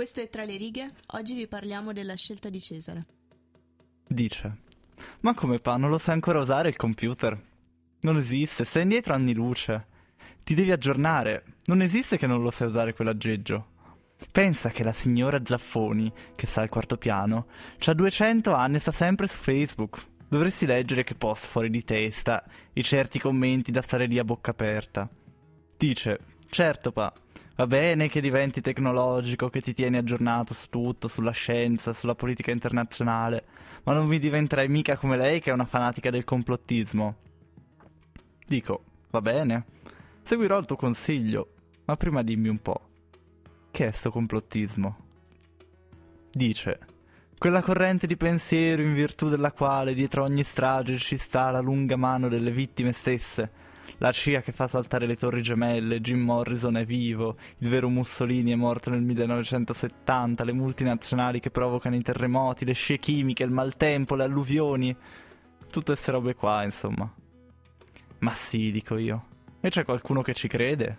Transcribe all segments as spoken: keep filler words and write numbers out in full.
Questo è Tra le righe, oggi vi parliamo della scelta di Cesare. Dice: ma come fa, non lo sai ancora usare il computer? Non esiste, sei indietro anni luce. Ti devi aggiornare, non esiste che non lo sai usare quell'aggeggio. Pensa che la signora Zaffoni, che sta al quarto piano, c'ha duecento anni e sta sempre su Facebook. Dovresti leggere che post fuori di testa e certi commenti da stare lì a bocca aperta. Dice: certo pa, va bene che diventi tecnologico, che ti tieni aggiornato su tutto, sulla scienza, sulla politica internazionale, ma non mi diventerai mica come lei che è una fanatica del complottismo. Dico: va bene, seguirò il tuo consiglio, ma prima dimmi un po', che è sto complottismo? Dice: quella corrente di pensiero in virtù della quale dietro ogni strage ci sta la lunga mano delle vittime stesse, la C I A che fa saltare le torri gemelle, Jim Morrison è vivo, il vero Mussolini è morto nel millenovecentosettanta, le multinazionali che provocano i terremoti, le scie chimiche, il maltempo, le alluvioni, tutte queste robe qua, insomma. Ma sì, dico io. E c'è qualcuno che ci crede?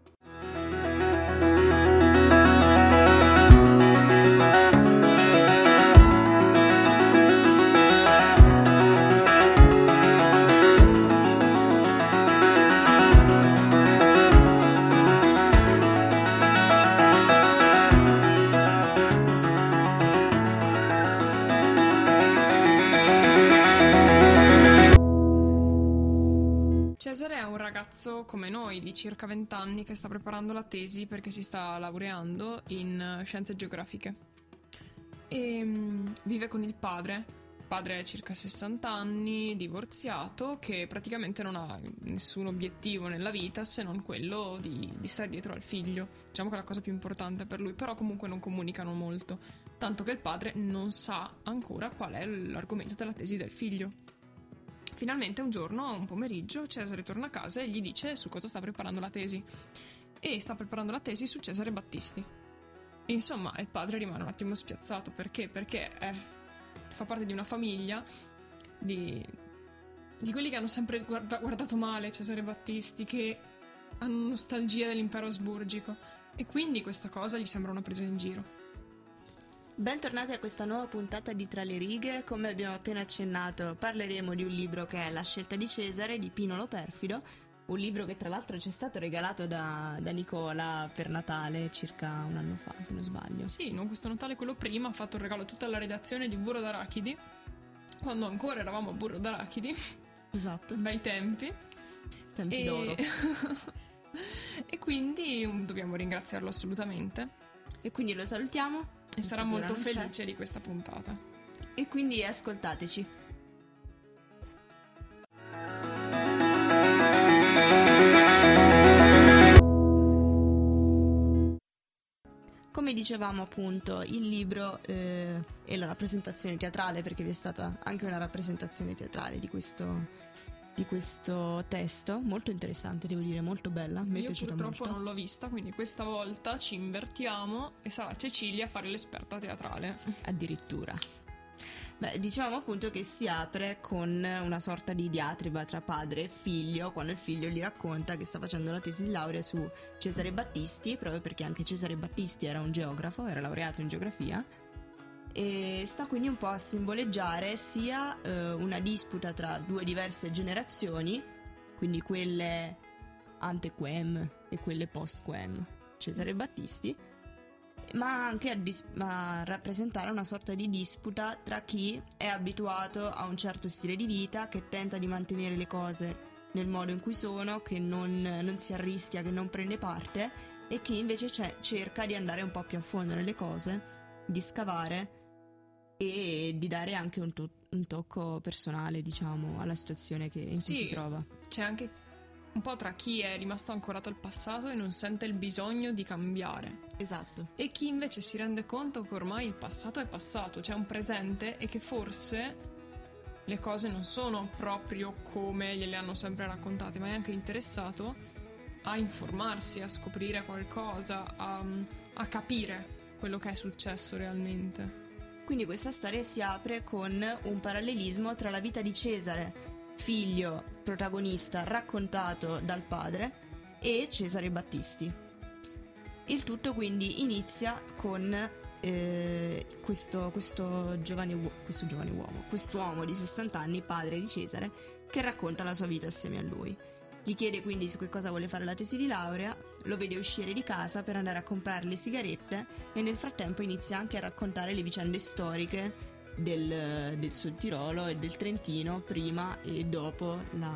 Cesare è un ragazzo come noi di circa venti anni che sta preparando la tesi perché si sta laureando in scienze geografiche e um, vive con il padre. Il padre è circa sessanta anni, divorziato, che praticamente non ha nessun obiettivo nella vita se non quello di, di stare dietro al figlio. Diciamo che è la cosa più importante per lui, però comunque non comunicano molto, tanto che il padre non sa ancora qual è l'argomento della tesi del figlio. Finalmente un giorno, un pomeriggio, Cesare torna a casa e gli dice su cosa sta preparando la tesi. E sta preparando la tesi su Cesare Battisti. Insomma, il padre rimane un attimo spiazzato. Perché? Perché eh, fa parte di una famiglia di, di quelli che hanno sempre guarda, guardato male Cesare Battisti, che hanno nostalgia dell'impero asburgico. E quindi questa cosa gli sembra una presa in giro. Bentornati a questa nuova puntata di Tra le righe. Come abbiamo appena accennato, parleremo di un libro che è La scelta di Cesare di Pino Lo Perfido, un libro che tra l'altro ci è stato regalato da, da Nicola per Natale circa un anno fa, se non sbaglio. Sì, non questo Natale, quello prima, ha fatto il regalo a tutta la redazione di Burro d'Arachidi, quando ancora eravamo a Burro d'Arachidi. Esatto. Bei tempi. Tempi e... d'oro. E quindi um, dobbiamo ringraziarlo assolutamente. E quindi lo salutiamo. E sarà molto felice c'è. di questa puntata. E quindi ascoltateci. Come dicevamo appunto, il libro eh, e la rappresentazione teatrale, perché vi è stata anche una rappresentazione teatrale di questo, di questo testo, molto interessante, devo dire, molto bella. Mi è Io piaciuta purtroppo molto. non l'ho vista, quindi questa volta ci invertiamo e sarà Cecilia a fare l'esperta teatrale. Addirittura. Beh, dicevamo appunto che si apre con una sorta di diatriba tra padre e figlio, quando il figlio gli racconta che sta facendo la tesi di laurea su Cesare Battisti, proprio perché anche Cesare Battisti era un geografo, era laureato in geografia, e sta quindi un po' a simboleggiare sia eh, una disputa tra due diverse generazioni, quindi quelle ante quem e quelle post quem Cesare Battisti, ma anche a, dis- a rappresentare una sorta di disputa tra chi è abituato a un certo stile di vita, che tenta di mantenere le cose nel modo in cui sono, che non, non si arrischia, che non prende parte, e chi invece c- cerca di andare un po' più a fondo nelle cose, di scavare e di dare anche un, to- un tocco personale, diciamo, alla situazione che, in Sì, cui si trova. C'è anche un po' tra chi è rimasto ancorato al passato e non sente il bisogno di cambiare. Esatto. E chi invece si rende conto che ormai il passato è passato, c'è un presente e che forse le cose non sono proprio come gliele hanno sempre raccontate, ma è anche interessato a informarsi, a scoprire qualcosa, a, a capire quello che è successo realmente. Quindi questa storia si apre con un parallelismo tra la vita di Cesare, figlio protagonista raccontato dal padre, e Cesare Battisti. Il tutto quindi inizia con eh, questo, questo, giovane, uo- questo giovane uomo, quest'uomo di sessanta anni, padre di Cesare, che racconta la sua vita assieme a lui. Gli chiede quindi su che cosa vuole fare la tesi di laurea, lo vede uscire di casa per andare a comprare le sigarette e nel frattempo inizia anche a raccontare le vicende storiche del, del Sud Tirolo e del Trentino prima e dopo la,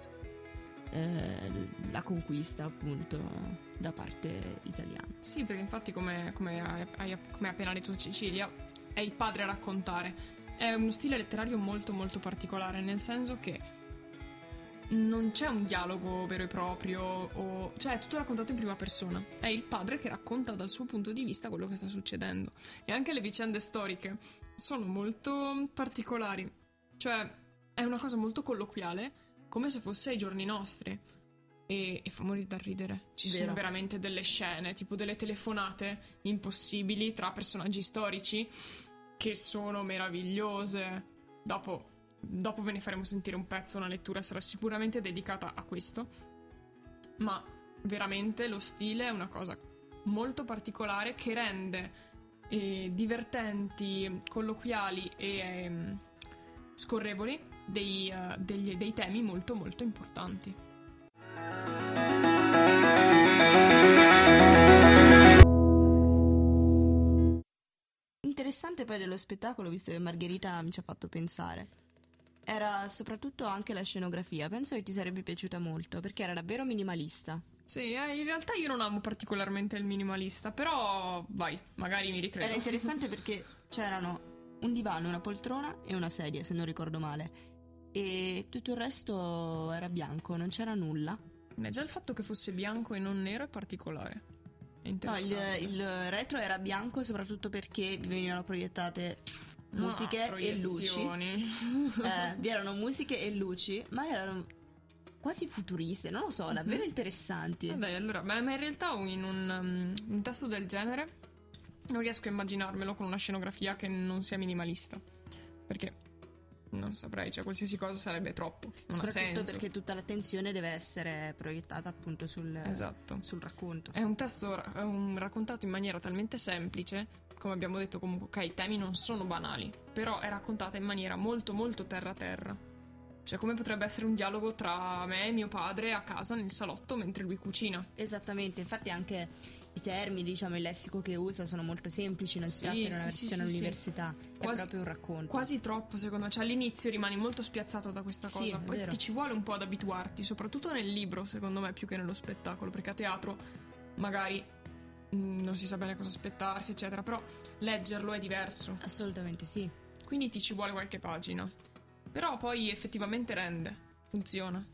eh, la conquista appunto da parte italiana. Sì, perché infatti come, come, hai, hai- come hai appena detto Cecilia, è il padre a raccontare. È uno stile letterario molto molto particolare, nel senso che non c'è un dialogo vero e proprio, o, cioè è tutto raccontato in prima persona. È il padre che racconta dal suo punto di vista quello che sta succedendo. E anche le vicende storiche sono molto particolari. Cioè è una cosa molto colloquiale, come se fosse ai giorni nostri. E, e fa morire da ridere. Ci Vero. sono veramente delle scene, tipo delle telefonate impossibili tra personaggi storici che sono meravigliose. Dopo Dopo ve ne faremo sentire un pezzo, una lettura sarà sicuramente dedicata a questo. Ma veramente lo stile è una cosa molto particolare che rende eh, divertenti, colloquiali e ehm, scorrevoli dei, eh, degli- dei temi molto molto importanti. Interessante poi dello spettacolo, visto che Margherita mi ci ha fatto pensare, era soprattutto anche la scenografia. Penso che ti sarebbe piaciuta molto perché era davvero minimalista. Sì, eh, in realtà io non amo particolarmente il minimalista, però vai, magari mi ricredo. Era interessante perché c'erano un divano, una poltrona e una sedia, se non ricordo male, e tutto il resto era bianco, non c'era nulla. Eh, già il fatto che fosse bianco e non nero è particolare. È No, il, interessante. il retro era bianco soprattutto perché vi venivano proiettate musiche Ah, e luci. proiezioni. Eh, vi erano musiche e luci, ma erano quasi futuriste, non lo so, davvero interessanti. Vabbè, allora, ma ma in realtà in un, um, un testo del genere non riesco a immaginarmelo con una scenografia che non sia minimalista. Perché non saprei, cioè qualsiasi cosa sarebbe troppo. Non ha Soprattutto senso. perché tutta l'attenzione deve essere proiettata appunto sul, Esatto. sul racconto. È un testo ra- è un raccontato in maniera talmente semplice, come abbiamo detto comunque, ok, i temi non sono banali, però è raccontata in maniera molto molto terra-terra. Cioè come potrebbe essere un dialogo tra me e mio padre a casa nel salotto mentre lui cucina. Esattamente, infatti anche i termini, diciamo, il lessico che usa sono molto semplici, non si Sì, tratta di una sì, versione sì, sì, all'università, sì. è Quasi- proprio un racconto. Quasi troppo secondo me, cioè all'inizio rimani molto spiazzato da questa Sì, cosa, è poi vero. ti ci vuole un po' ad abituarti, soprattutto nel libro secondo me più che nello spettacolo, perché a teatro magari mh, non si sa bene cosa aspettarsi eccetera, però leggerlo è diverso. Assolutamente sì. Quindi ti ci vuole qualche pagina. Però poi effettivamente rende, funziona.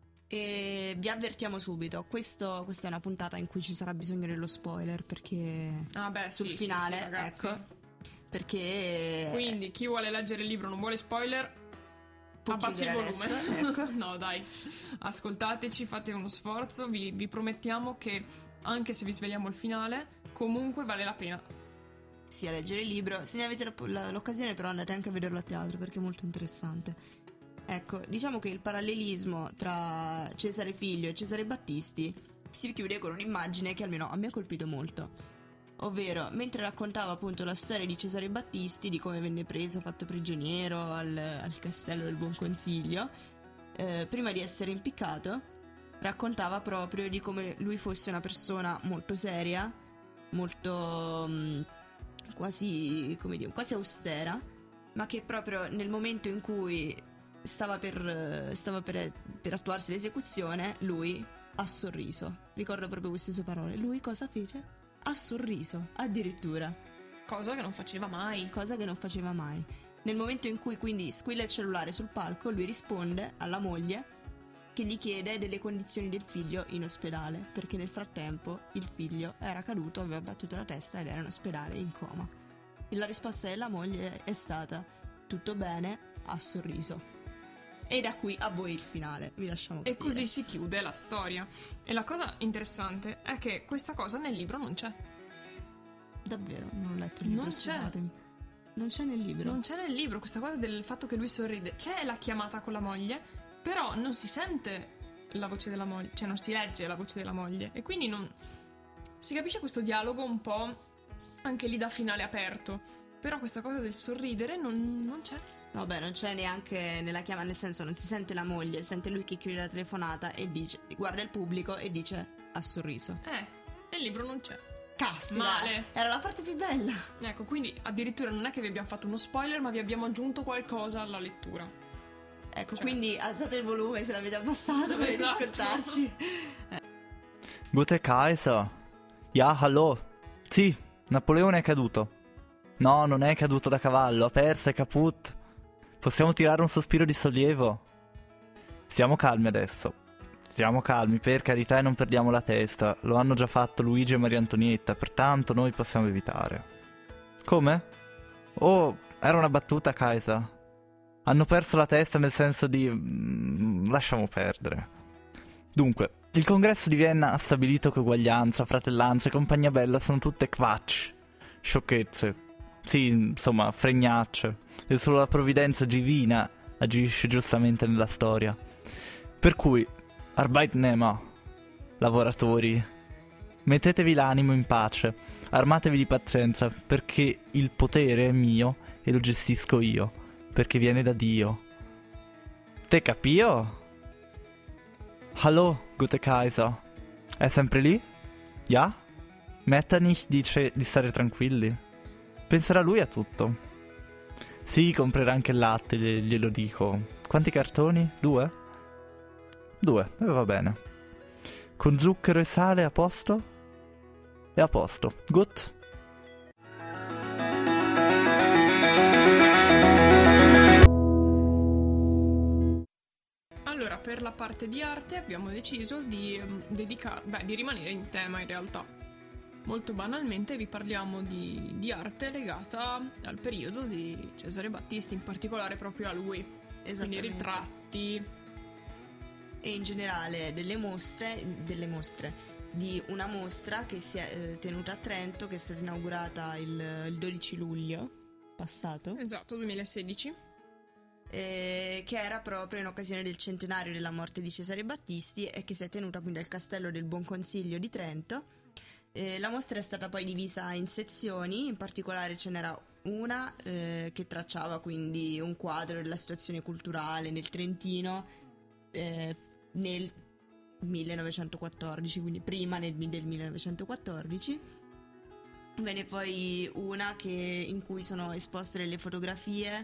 E vi avvertiamo subito, questo, questa è una puntata in cui ci sarà bisogno dello spoiler perché Ah beh, sul sì, sì, finale, sì, ragazzi. ecco, perché Quindi chi vuole leggere il libro non vuole spoiler, può abbassi il chiudere volume. adesso, ecco. No, dai. Ascoltateci, fate uno sforzo, vi, vi promettiamo che anche se vi svegliamo il finale, comunque vale la pena. Sì, a leggere il libro. Se ne avete la- la- l'occasione, però andate anche a vederlo a teatro perché è molto interessante. Ecco, diciamo che il parallelismo tra Cesare Figlio e Cesare Battisti si chiude con un'immagine che almeno a me ha colpito molto. Ovvero, mentre raccontava appunto la storia di Cesare Battisti, di come venne preso, fatto prigioniero al, al castello del Buon Consiglio, eh, prima di essere impiccato, raccontava proprio di come lui fosse una persona molto seria, molto mh, quasi, come dire, quasi austera, ma che proprio nel momento in cui stava per, stava per, per attuarsi l'esecuzione, lui ha sorriso. Ricordo proprio queste sue parole. Lui cosa fece? Ha sorriso, addirittura, Cosa che non faceva mai. cosa che non faceva mai. Nel momento in cui quindi squilla il cellulare sul palco, lui risponde alla moglie che gli chiede delle condizioni del figlio in ospedale, perché nel frattempo il figlio era caduto, aveva battuto la testa ed era in ospedale in coma. E la risposta della moglie è stata: tutto bene, ha sorriso. E da qui a voi il finale, vi lasciamo E capire. così si chiude la storia. E la cosa interessante è che questa cosa nel libro non c'è. Davvero, non ho letto il libro, Non c'è. scusatemi. Non c'è nel libro. Non c'è nel libro questa cosa del fatto che lui sorride. C'è la chiamata con la moglie, però non si sente la voce della moglie, cioè non si legge la voce della moglie. E quindi non... si capisce questo dialogo un po' anche lì da finale aperto, però questa cosa del sorridere non, non c'è. No, beh, non c'è neanche nella chiamata, nel senso non si sente la moglie, sente lui che chiude la telefonata e dice, guarda il pubblico e dice ha sorriso. Eh, nel libro non c'è. Caspita, Male. Era la parte più bella. Ecco, quindi addirittura non è che vi abbiamo fatto uno spoiler, ma vi abbiamo aggiunto qualcosa alla lettura. Ecco, Cioè. quindi alzate il volume se l'avete abbassato per Esatto. ascoltarci. Gute Kaiser. Ja, hallo. Sì, Napoleone è caduto. No, non è caduto da cavallo, ha perso, è caput. Possiamo tirare un sospiro di sollievo. Stiamo calmi adesso. Stiamo calmi, per carità, e non perdiamo la testa. Lo hanno già fatto Luigi e Maria Antonietta, pertanto noi possiamo evitare. Come? Oh, era una battuta, Kaiser. Hanno perso la testa nel senso di... mm, lasciamo perdere. Dunque, il congresso di Vienna ha stabilito che uguaglianza, fratellanza e compagnia bella sono tutte quatsch, sciocchezze. Sì, insomma, fregnacce. E solo la provvidenza divina agisce giustamente nella storia. Per cui, Arbeitnehmer, lavoratori, mettetevi l'animo in pace, armatevi di pazienza, perché il potere è mio e lo gestisco io, perché viene da Dio. Te capio? Hallo, gute Kaiser. È sempre lì? Ja? Metternich dice di stare tranquilli. Penserà lui a tutto. Sì, comprerà anche il latte, glielo dico. Quanti cartoni? Due? Due, e va bene. Con zucchero e sale a posto? È a posto. Gut? Allora, per la parte di arte abbiamo deciso di um, dedicar- beh, di rimanere in tema in realtà. Molto banalmente vi parliamo di, di arte legata al periodo di Cesare Battisti, in particolare proprio a lui. Quindi Esattamente. ritratti. E in generale delle mostre, delle mostre, di una mostra che si è eh, tenuta a Trento, che è stata inaugurata il, il dodici luglio passato, Esatto, duemilasedici. eh, che era proprio in occasione del centenario della morte di Cesare Battisti e che si è tenuta quindi al Castello del Buon Consiglio di Trento. Eh, la mostra è stata poi divisa in sezioni, in particolare ce n'era una eh, che tracciava quindi un quadro della situazione culturale nel Trentino eh, nel millenovecentoquattordici, quindi prima nel, del millenovecentoquattordici. Venne poi una che, in cui sono esposte delle fotografie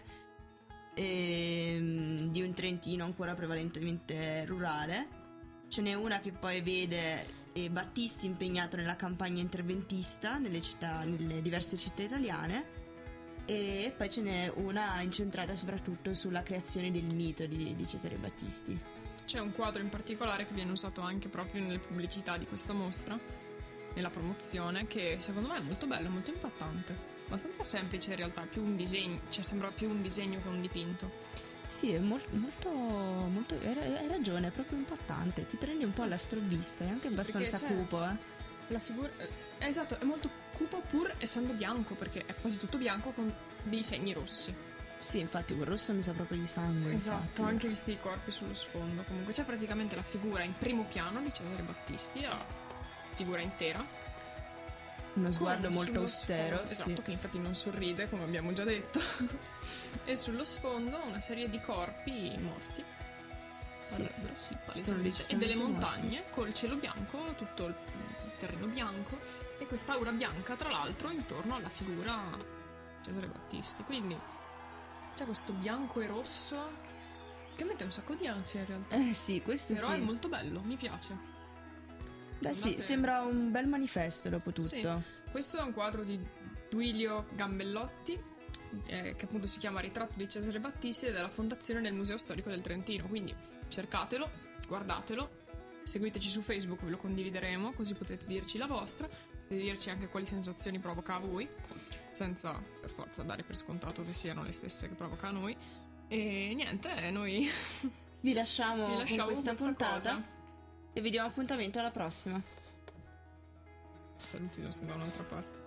ehm, di un Trentino ancora prevalentemente rurale. Ce n'è una che poi vede e Battisti impegnato nella campagna interventista nelle città, nelle diverse città italiane, e poi ce n'è una incentrata soprattutto sulla creazione del mito di, di Cesare Battisti. C'è un quadro in particolare che viene usato anche proprio nelle pubblicità di questa mostra, nella promozione, che secondo me è molto bello, molto impattante. Abbastanza semplice in realtà, più un disegno, cioè sembra più un disegno che un dipinto. Sì, è mol- molto, molto hai, hai ragione, è proprio impattante, ti prendi un po' alla sprovvista, è anche Sì, abbastanza perché c'è- cupo, eh. La figura... eh, esatto, è molto cupo pur essendo bianco, perché è quasi tutto bianco con dei segni rossi. Sì, infatti quel rosso mi sa proprio di sangue. Esatto, infatti. anche visti i corpi sullo sfondo. Comunque c'è praticamente la figura in primo piano di Cesare Battisti, la figura intera. Uno sguardo Con molto sullo austero, sfondo- esatto, sì. che infatti non sorride, come abbiamo già detto. E sullo sfondo una serie di corpi morti. Sì. Parrebbero, sì, Sono palesemente. E decisamente delle morti. montagne col cielo bianco, tutto il terreno bianco e quest'aura bianca tra l'altro intorno alla figura Cesare Battisti. Quindi c'è questo bianco e rosso che mette un sacco di ansia in realtà. Eh sì, questo Però sì. è molto bello, mi piace. Beh sì, Guardate- sembra un bel manifesto dopo tutto. Sì. Questo è un quadro di Duilio Gambellotti, eh, che appunto si chiama Ritratto di Cesare Battisti, ed è la fondazione del Museo Storico del Trentino. Quindi cercatelo, guardatelo, seguiteci su Facebook, ve lo condivideremo, così potete dirci la vostra, potete dirci anche quali sensazioni provoca a voi, senza per forza dare per scontato che siano le stesse che provoca a noi. E niente, noi Vi lasciamo, vi lasciamo con questa, questa puntata cosa. e vi diamo appuntamento alla prossima. Saluti da un'altra parte.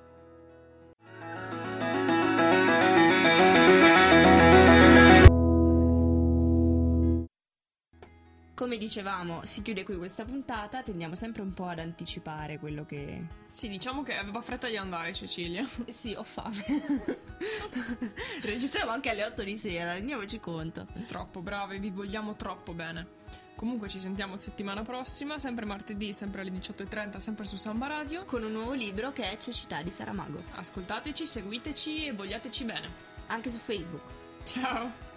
Come dicevamo, si chiude qui questa puntata, tendiamo sempre un po' ad anticipare quello che... Sì, diciamo che aveva fretta di andare Cecilia. Eh sì, ho fame. Registriamo anche alle otto di sera, rendiamoci conto. Troppo brave, vi vogliamo troppo bene. Comunque ci sentiamo settimana prossima, sempre martedì, sempre alle diciotto e trenta, sempre su Samba Radio. Con un nuovo libro che è Cecità di Saramago. Ascoltateci, seguiteci e vogliateci bene. Anche su Facebook. Ciao!